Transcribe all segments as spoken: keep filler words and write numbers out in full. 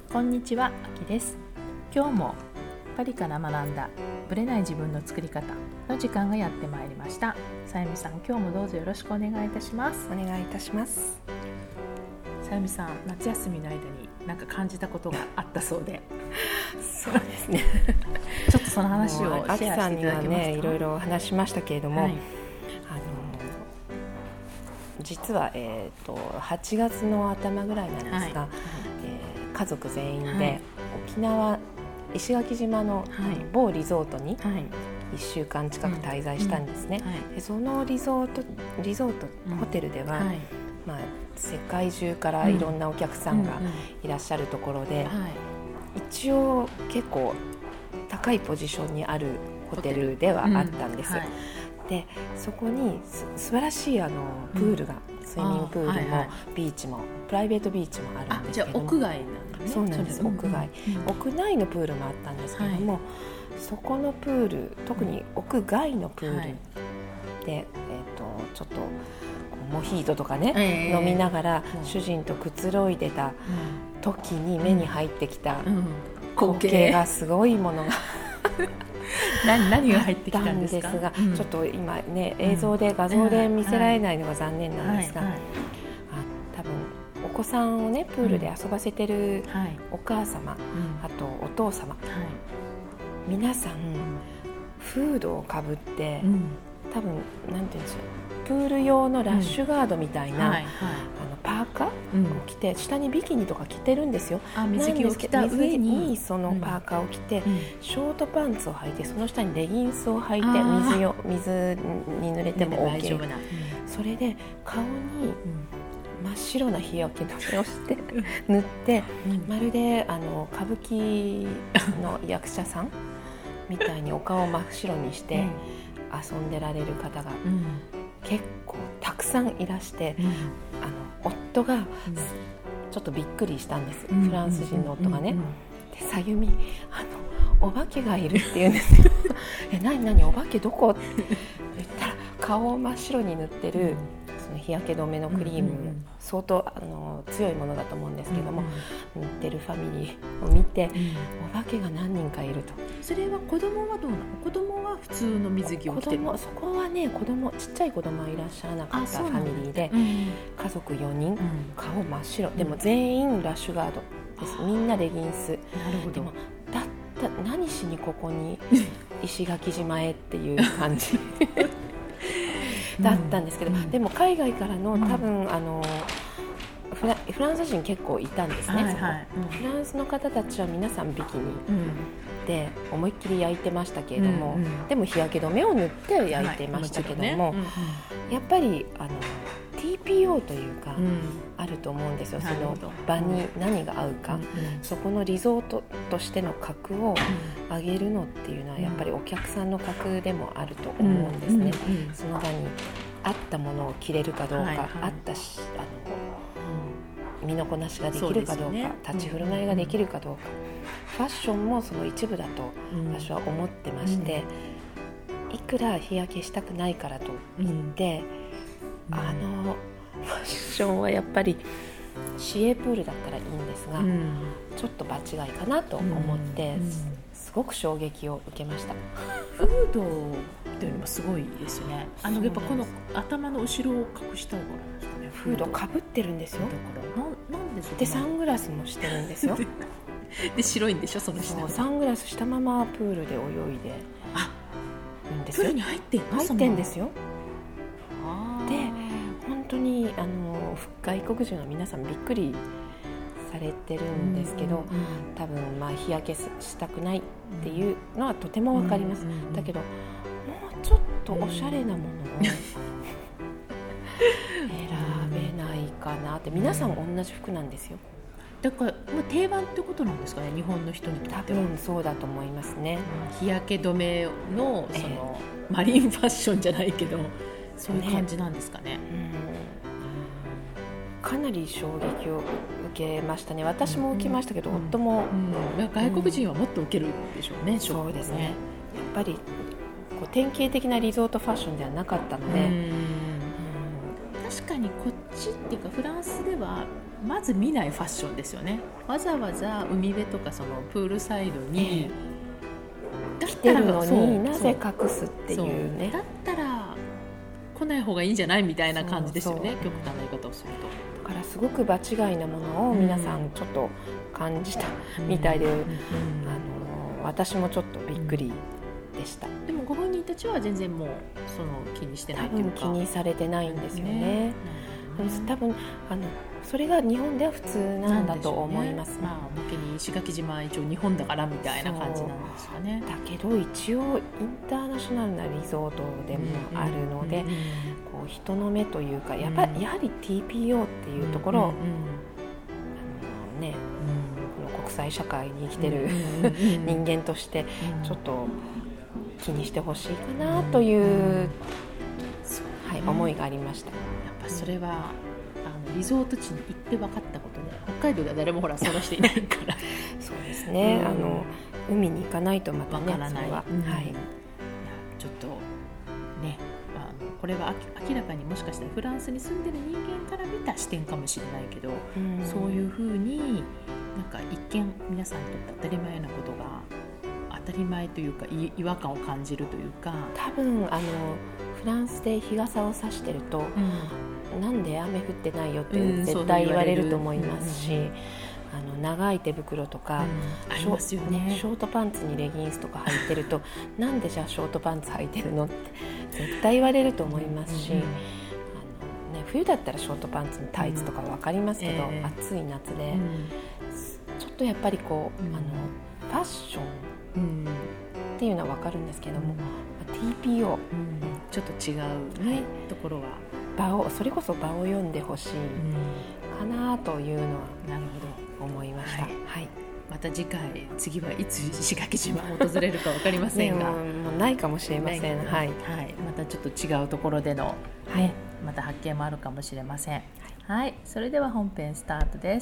こんにちは、あきです。今日もパリから学んだブレない自分の作り方の時間がやってまいりました。さゆみさん、今日もどうぞよろしくお願いいたします。 お願いいたします。 さゆみさん、夏休みの間に何か感じたことがあったそうでそうですねちょっとその話をシェアしていただけますか。 あきさんにはね、いろいろ話しましたけれども、はい、あの実は、えー、とはちがつの頭ぐらいなんですが、はいはい、えー、家族全員で、はい、沖縄石垣島 の,、はい、某リゾートにいっしゅうかん近く滞在したんですね、うんうん、はい、でそのリゾート、リゾートホテルでは、うん、はい、まあ、世界中からいろんなお客さんがいらっしゃるところで、うんうん、はい、一応結構高いポジションにあるホテルではあったんです、うん、はい、でそこにす素晴らしいあのプールが、うん、スイミングプールも、はいはい、ビーチもプライベートビーチもあるんですけども、 あ、じゃあ屋外なんですね。 そうなんです、屋外、うんうん、屋内のプールもあったんですけども、はい、そこのプール、特に屋外のプールで、はい、えー、とちょっとモヒートとかね、えー、飲みながら、うん、主人とくつろいでた時に目に入ってきた光景がすごいものが何, 何が入ってきたんですか。 ですが、うん、ちょっと今ね、映像で画像で見せられないのが残念なんですが、うん、はいはい、あ、多分お子さんをねプールで遊ばせてるお母様、うん、あとお父様、はい、皆さんフードをかぶって、うん、多分なんていうんですよ、プール用のラッシュガードみたいな、うん、はいはい、あのパーカーを着て、うん、下にビキニとか着てるんですよ。 あ、水着を着た上にそのパーカーを着て、うん、ショートパンツを履いて、その下にレギンスを履いて、水よ水に濡れても OK、うん、それで顔に真っ白な日焼け止めをして塗って、うん、まるであの歌舞伎の役者さんみたいにお顔を真っ白にして遊んでられる方が、うん、結構たくさんいらして、うん、あの夫がちょっとびっくりしたんです、うん、フランス人の夫がね、うんうんうん、でさゆみ、あのお化けがいるって言うんですよえ、何何お化けどこって言ったら、顔を真っ白に塗ってる、うん、その日焼け止めのクリーム、うんうんうん、相当あの強いものだと思うんですけども、うんうん、塗ってるファミリーを見て、うん、お化けが何人かいると。 それは子供はどうなの？子供は普通の水着を着てる？ そこはね、子供、ちっちゃい子供はいらっしゃらなかったファミリーで、うん、家族よにん、うん、顔真っ白、でも全員ラッシュガードです、みんなレギンス。なるほど。でもだった何しにここに石垣島へっていう感じだったんですけど、うん、でも海外からの多分、うん、あのフ ラ, フランス人結構いたんですね、はいはい、うん、フランスの方たちは皆さんビキニで思いっきり焼いてましたけれども、うんうん、でも日焼け止めを塗って焼いてましたけども、はい、ね、うんうん、やっぱりあの ティーピーオー というか、うん、あると思うんですよ、その場に何が合うか、うんうん、そこのリゾートとしての格を上げるのっていうのはやっぱりお客さんの格でもあると思うんですね、うんうんうん、その場に合ったものを着れるかどうか、はいはい、合ったしあの身のこなしができるかどうか、ね、立ち振る舞いができるかどうか、うん、ファッションもその一部だと私は思ってまして、うん、いくら日焼けしたくないからといって、うん、あのファッションはやっぱり市営プールだったらいいんですが、うん、ちょっと場違いかなと思って、うんうん、すごく衝撃を受けました。 フードっていうのもすごいですよね。あのやっぱこの頭の後ろを隠したからですかね。 フードかぶってるんですよ。 だからななんでしょう、ね、 でサングラスもしてるんですよで白いんでしょ、その下。 サングラスしたままプールで泳いで、 あ、 いいんですよ。 プールに入ってんの？ 入ってんですよ。で本当にあの外国人の皆さんびっくりされてるんですけど、うんうんうん、多分まあ日焼けしたくないっていうのはとてもわかります、うんうんうん、だけどもうちょっとおしゃれなものを選べないかなって。皆さん同じ服なんですよ。 だから、まあ、定番ってことなんですかね、日本の人にとっては。 多分そうだと思いますね、 うん、日焼け止め の, その、えー、マリンファッションじゃないけどそういう感じなんですかね、 うん、かなり衝撃を受けましたね。私も受けましたけど、うん、夫も、 うん、外国人はもっと受けるでしょうね、うん、 そうですね。やっぱりこう典型的なリゾートファッションではなかったので、うん、 確かにこっちっていうかフランスではまず見ないファッションですよね。わざわざ海辺とかそのプールサイドに、 えー、来てるのになぜ隠すっていうね。 だったら来ない方がいいんじゃないみたいな感じですよね。極端な言い方をすると。 だからすごく場違いなものを皆さんちょっと感じたみたいで、うんうんうん、あの私もちょっとびっくりでした。 でもご本人たちは全然もうその気にしてないというか、 多分気にされてないんですよね。多分あのそれが日本では普通なんだと思います。 ね、まあおまけに石垣島は一応日本だからみたいな感じなんですかね。 だけど一応インターナショナルなリゾートでもあるので、うんうんうん、こう人の目というかやっぱりやはり ティーピーオー っていうところ、うんうんうん、あのね、うん、この国際社会に生きてる、うんうん、人間としてちょっと気にしてほしいかなという、うんはい、思いがありました。 やっぱそれはあのリゾート地に行って分かったことで、北海道では誰もほら探していないからそうですね、うん、あの海に行かないとまたね分からない、 は、 うんはい、いやちょっとね、あのこれは明らかにもしかしたらフランスに住んでる人間から見た視点かもしれないけど、うん、そういうふうになんか一見皆さんにとって当たり前なことが当たり前というか違和感を感じるというか、 多分あのフランスで日傘を差してると、うん、なんで雨降ってないよって絶対言われると思いますし、うん、あの長い手袋とか、 うん、ありますよね。 ショートパンツにレギンスとか履いてるとなんでじゃあショートパンツ履いてるのって絶対言われると思いますし、うんうん、あのね、冬だったらショートパンツにタイツとか分かりますけど、うんえー、暑い夏で、うん、ちょっとやっぱりこう、うん、あのファッションっていうのは分かるんですけども、うん、ティーピーオー、うん、 ちょっと違う、ね、はい、ところは場をそれこそ場を読んでほしいかなというのは、 なるほど思いました、はいはい、また次回次はいつ石垣島を訪れるか分かりませんが、 ね、もうないかもしれません、はいはい、 またちょっと違うところでの、はい、また発見もあるかもしれません、はいはい、それでは本編スタートです。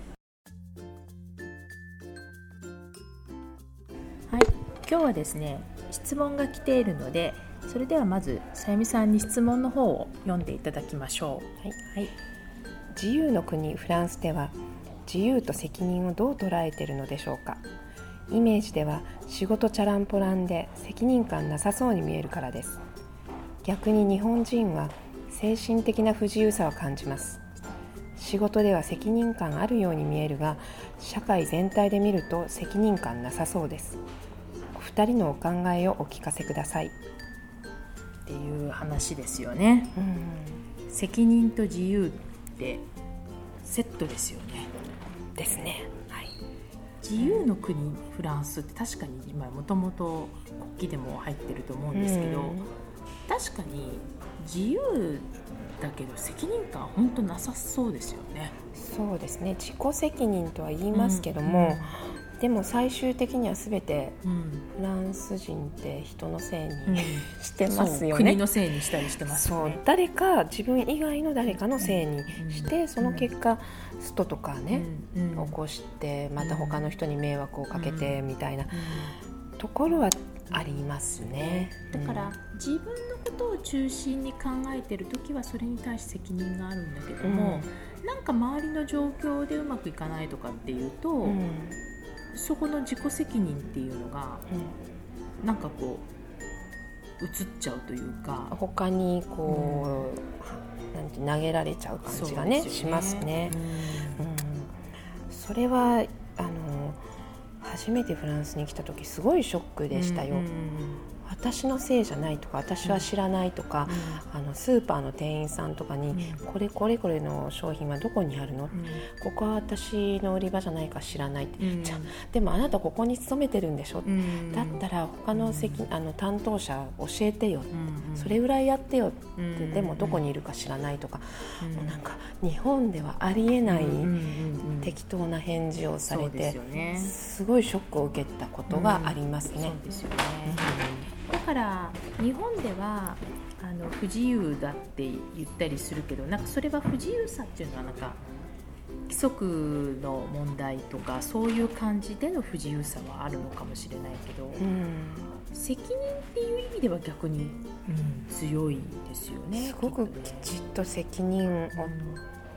はい、今日はですね、質問が来ているので、それではまずさゆみさんに質問の方を読んでいただきましょう。はいはい、 自由の国フランスでは自由と責任をどう捉えているのでしょうか。イメージでは仕事チャランポランで責任感なさそうに見えるからです。逆に日本人は精神的な不自由さを感じます。仕事では責任感あるように見えるが、社会全体で見ると責任感なさそうです。お二人のお考えをお聞かせくださいっていう話ですよね、うん、責任と自由ってセットですよね。 ですね、はい、 自由の国フランスって確かに今もともと国旗でも入ってると思うんですけど、うん、確かに自由だけど責任感本当なさそうですよね。 そうですね、自己責任とは言いますけども、うん、でも最終的には全てフランス人って人のせいに、うん、してますよね。 国のせいにしたりしてますよね。 そう、誰か自分以外の誰かのせいにして、うん、その結果ストとかね、うん、起こしてまた他の人に迷惑をかけてみたいなところはありますね。 だから、うん、自分のことを中心に考えているときはそれに対して責任があるんだけども、うん、なんか周りの状況でうまくいかないとかっていうと、うん、そこの自己責任っていうのが、うん、なんかこう移っちゃうというか、 他にこう、うん、なんて投げられちゃう感じが ね, ねしますね、うんうん、それはあの初めてフランスに来た時すごいショックでしたよ、うんうん、私のせいじゃないとか私は知らないとか、うん、あのスーパーの店員さんとかに、うん、これこれこれの商品はどこにあるの、うん、ここは私の売り場じゃないか知らないって、うん、じゃでもあなたここに勤めてるんでしょ、うん、だったら他の責あの担当者教えてよ、うん、それぐらいやってよって、うん、でもどこにいるか知らないとか、うん、もうなんか日本ではありえない適当な返事をされて、うんうんうん、すごいショックを受けたことがありますね、うん、そうですよね、 うん、だから日本ではあの不自由だって言ったりするけど、なんかそれは不自由さっていうのはなんか規則の問題とかそういう感じでの不自由さはあるのかもしれないけど、うん、責任っていう意味では逆に強いですよね、 すごくきちっと責任を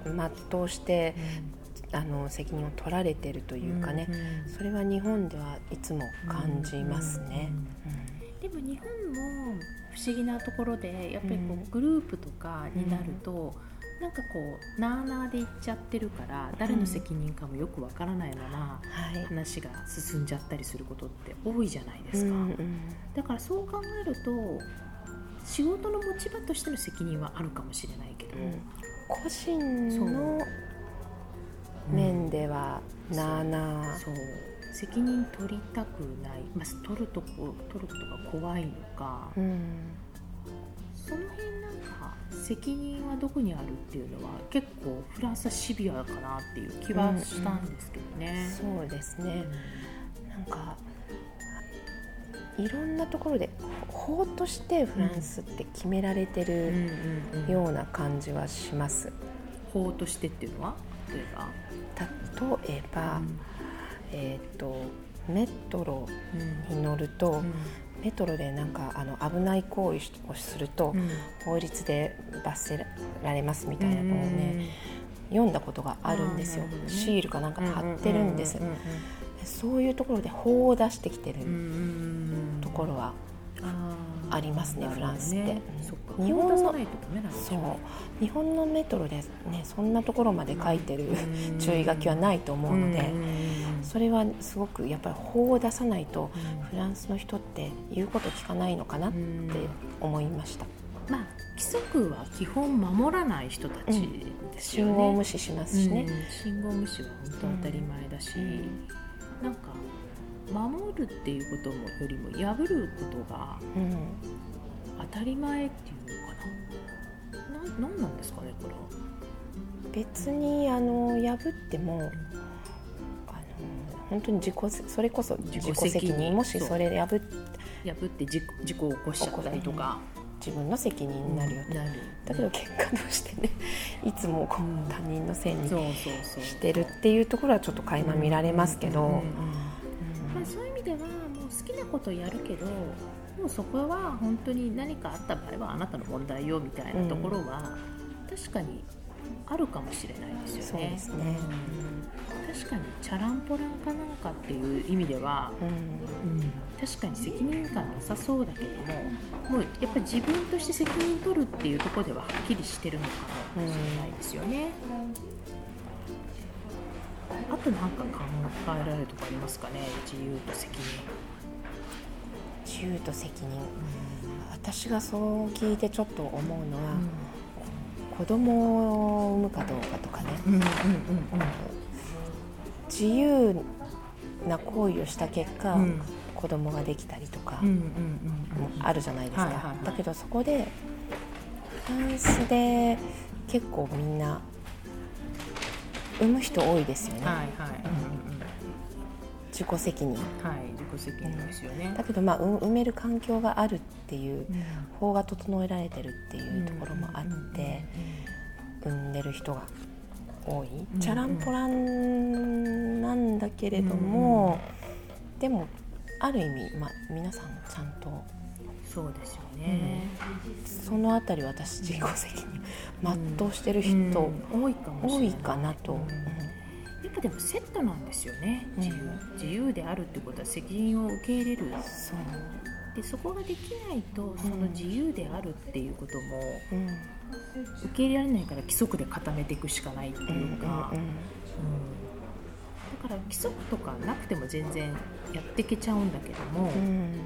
全うして、うん、あの責任を取られてるというかね、うんうん、それは日本ではいつも感じますね、 うんうんうん、でも日本も不思議なところでやっぱりこうグループとかになると、うんなんかこうなあなあで言っちゃってるから誰の責任かもよくわからないまま話が進んじゃったりすることって多いじゃないですか、うんうん、だからそう考えると仕事の持ち場としての責任はあるかもしれないけど、うん、 個人の面ではなあなあ、 そう、そう責任取りたくない、まあ、取るとこ取ることが怖いのか、うん、その辺なんか責任はどこにあるっていうのは結構フランスはシビアかなっていう気はしたんですけどね、 うんうん、そうですね、うん、なんかいろんなところで法としてフランスって決められてるような感じはします、 うんうんうん、法としてっていうのは例えば例えば、うんえー、とメトロに乗ると、うんうんメトロでなんかあの危ない行為をすると、うん、法律で罰せられますみたいなのをね、うん、読んだことがあるんですよ、ね、シールかなんか貼ってるんです、うんうんうんうん、そういうところで法を出してきてるところはありますね、フランスって、ね、 うん、日本のそう日本のメトロで、ね、そんなところまで書いてる注意書きはないと思うので、それはすごくやっぱり法を出さないとフランスの人って言うこと聞かないのかなって思いました。 まあ、規則は基本守らない人たちですよね、 うん、信号無視しますしね、 うん、信号無視は本当当たり前だし、うん、なんか守るっていうこともよりも破ることが当たり前っていうのかな、な、なんなんですかねこれは。 別にあの破っても、うん、あの本当に自己それこそ自己責任、もしそれ破って破って事故、事故を起こしちゃったりとか、 自分の責任になるよと、うん、なるだけど結果としてねいつもこう、うん、他人のせいにしてるっていうところはちょっと垣間見られますけど、 そういう意味ではもう好きなことをやるけど、もうそこは本当に何かあった場合はあなたの問題よみたいなところは確かにあるかもしれないですよね。 そうですね、 うん、確かにチャランポランかなんかっていう意味では、うんうん、確かに責任感なさそうだけども、もうやっぱり自分として責任取るっていうところでははっきりしてるのかもしれないですよね、うん、あと何か考えられるところありますかね。自由と責任。 自由と責任、うん、私がそう聞いてちょっと思うのは、うん、子供を産むかどうかとかね、うんうんうんうん、自由な行為をした結果、うん、子供ができたりとか、うんうんうんうん、あるじゃないですか、はいはいはい、だけどそこでフランスで結構みんな産む人多いですよね、はいはい、うんうん、自己責任、 はい、自己責任ですよね、 うん、だけど、まあ、産める環境があるっていう、うん、法が整えられてるっていうところもあって、産んでる人が多い、うん、チャランポランなんだけれども、うん、でもある意味、まあ、皆さんちゃんとそうですよね、 うん、そのあたり私自己責任全うしてる人、うんうん、多いかもしれない、 多いかなと、うん、 やっぱでもセットなんですよね、自由、うん、自由であるってことは責任を受け入れる。そうで、そこができないとその自由であるっていうことも、うん受け入れられないから規則で固めていくしかないっていうか、うんうんうんうん、だから規則とかなくても全然やっていけちゃうんだけども、うん、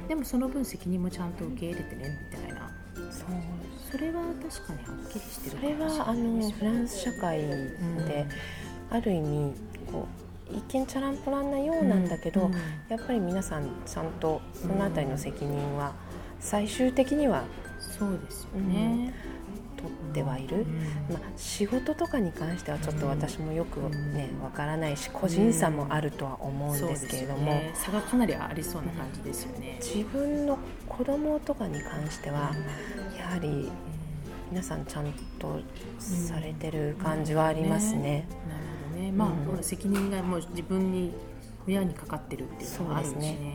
でもその分責任もちゃんと受け入れてねみたいな、そうそれは確かにはっきりしてるかもしれないですよね。 それはあのフランス社会で、うん、ある意味こう一見チャランポランなようなんだけど、うんうん、やっぱり皆さんちゃんとそのあたりの責任は最終的には、 そうですよね、うん取ってはいる、うんまあ、仕事とかに関してはちょっと私もよくねわからないし、個人差もあるとは思うんですけれども、うんね、 差がかなりありそうな感じですよね。 自分の子供とかに関してはやはり皆さんちゃんとされてる感じはありますね。 なるほどね、まあ、うん、責任がもう自分に親にかかってるっていうのがあるしね。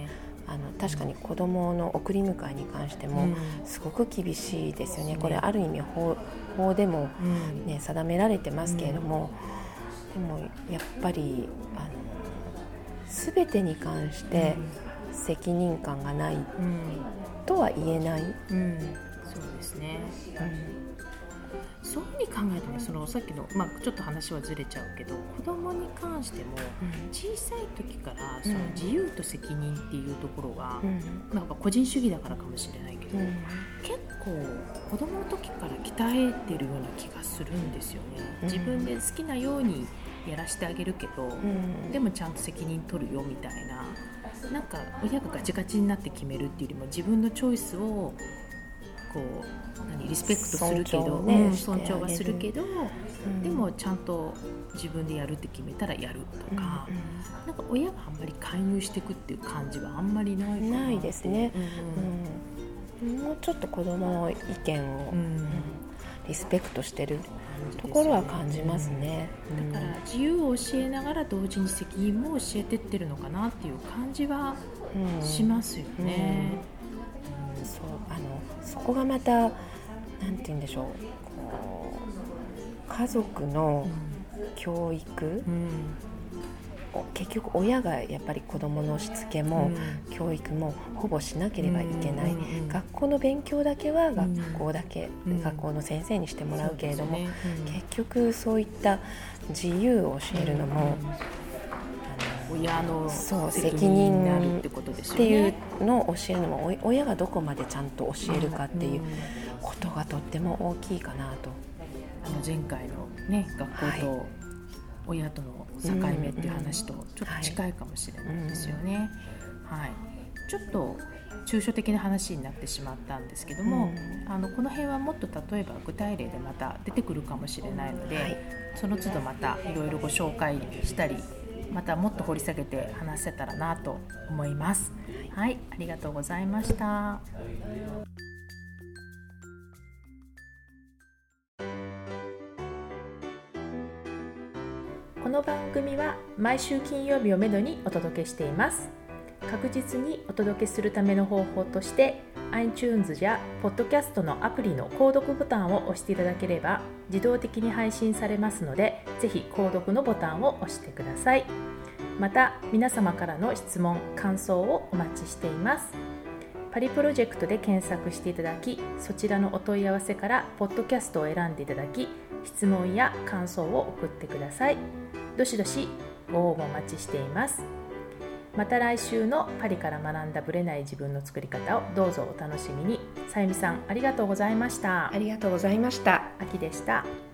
あの確かに子どもの送り迎えに関してもすごく厳しいですよね、うん、これある意味 法, 法でも、ねうん、定められてますけれども、うん、でもやっぱりあの全てに関して責任感がないとは言えない、うんうん、 そうですね、うんそういうふうに考えてもそのさっきの、まあ、ちょっと話はずれちゃうけど子供に関しても小さい時からその自由と責任っていうところが、うん、なんか個人主義だからかもしれないけど、うん、結構子供の時から鍛えてるような気がするんですよね。自分で好きなようにやらせてあげるけど、うん、でもちゃんと責任取るよみたいな、なんか親がガチガチになって決めるっていうよりも自分のチョイスをこう何リスペクトするけど尊重、ねうん、尊重はするけど、うん、でもちゃんと自分でやるって決めたらやるとか、うんうん、なんか親があんまり介入していくっていう感じはあんまりないかな。 ないですね、うんうん、もうちょっと子どもの意見を、うん、リスペクトしてるところは感じますね、 うん、だから自由を教えながら同時に責任も教えてってるのかなっていう感じはしますよね、うんうんそうあのそこがまたなんて言うんでしょう、こう家族の教育、うん、結局親がやっぱり子どものしつけも、うん、教育もほぼしなければいけない、うんうんうん、学校の勉強だけは学校だけ、うん、学校の先生にしてもらうけれども、ねうん、結局そういった自由を教えるのも、うん親の責任になるってことですよね。 っていうのを教えるのも親がどこまでちゃんと教えるかっていうことがとっても大きいかなと。 あの前回の、ね、学校と親との境目っていう話とちょっと近いかもしれないですよね、はいはい、ちょっと抽象的な話になってしまったんですけども、うん、あのこの辺はもっと例えば具体例でまた出てくるかもしれないので、はい、その都度またいろいろご紹介したりまたもっと掘り下げて話せたらなと思います。はい、ありがとうございました。この番組は毎週金曜日をめどにお届けしています。確実にお届けするための方法として iTunes や Podcast のアプリの購読ボタンを押していただければ自動的に配信されますので、ぜひ購読のボタンを押してください。また皆様からの質問・感想をお待ちしています。パリプロジェクトで検索していただき、そちらのお問い合わせからポッドキャストを選んでいただき、質問や感想を送ってください。どしどしご応募お待ちしています。また来週のパリから学んだブレない自分の作り方をどうぞお楽しみに。さゆみさん、ありがとうございました。 ありがとうございました。 あきでした。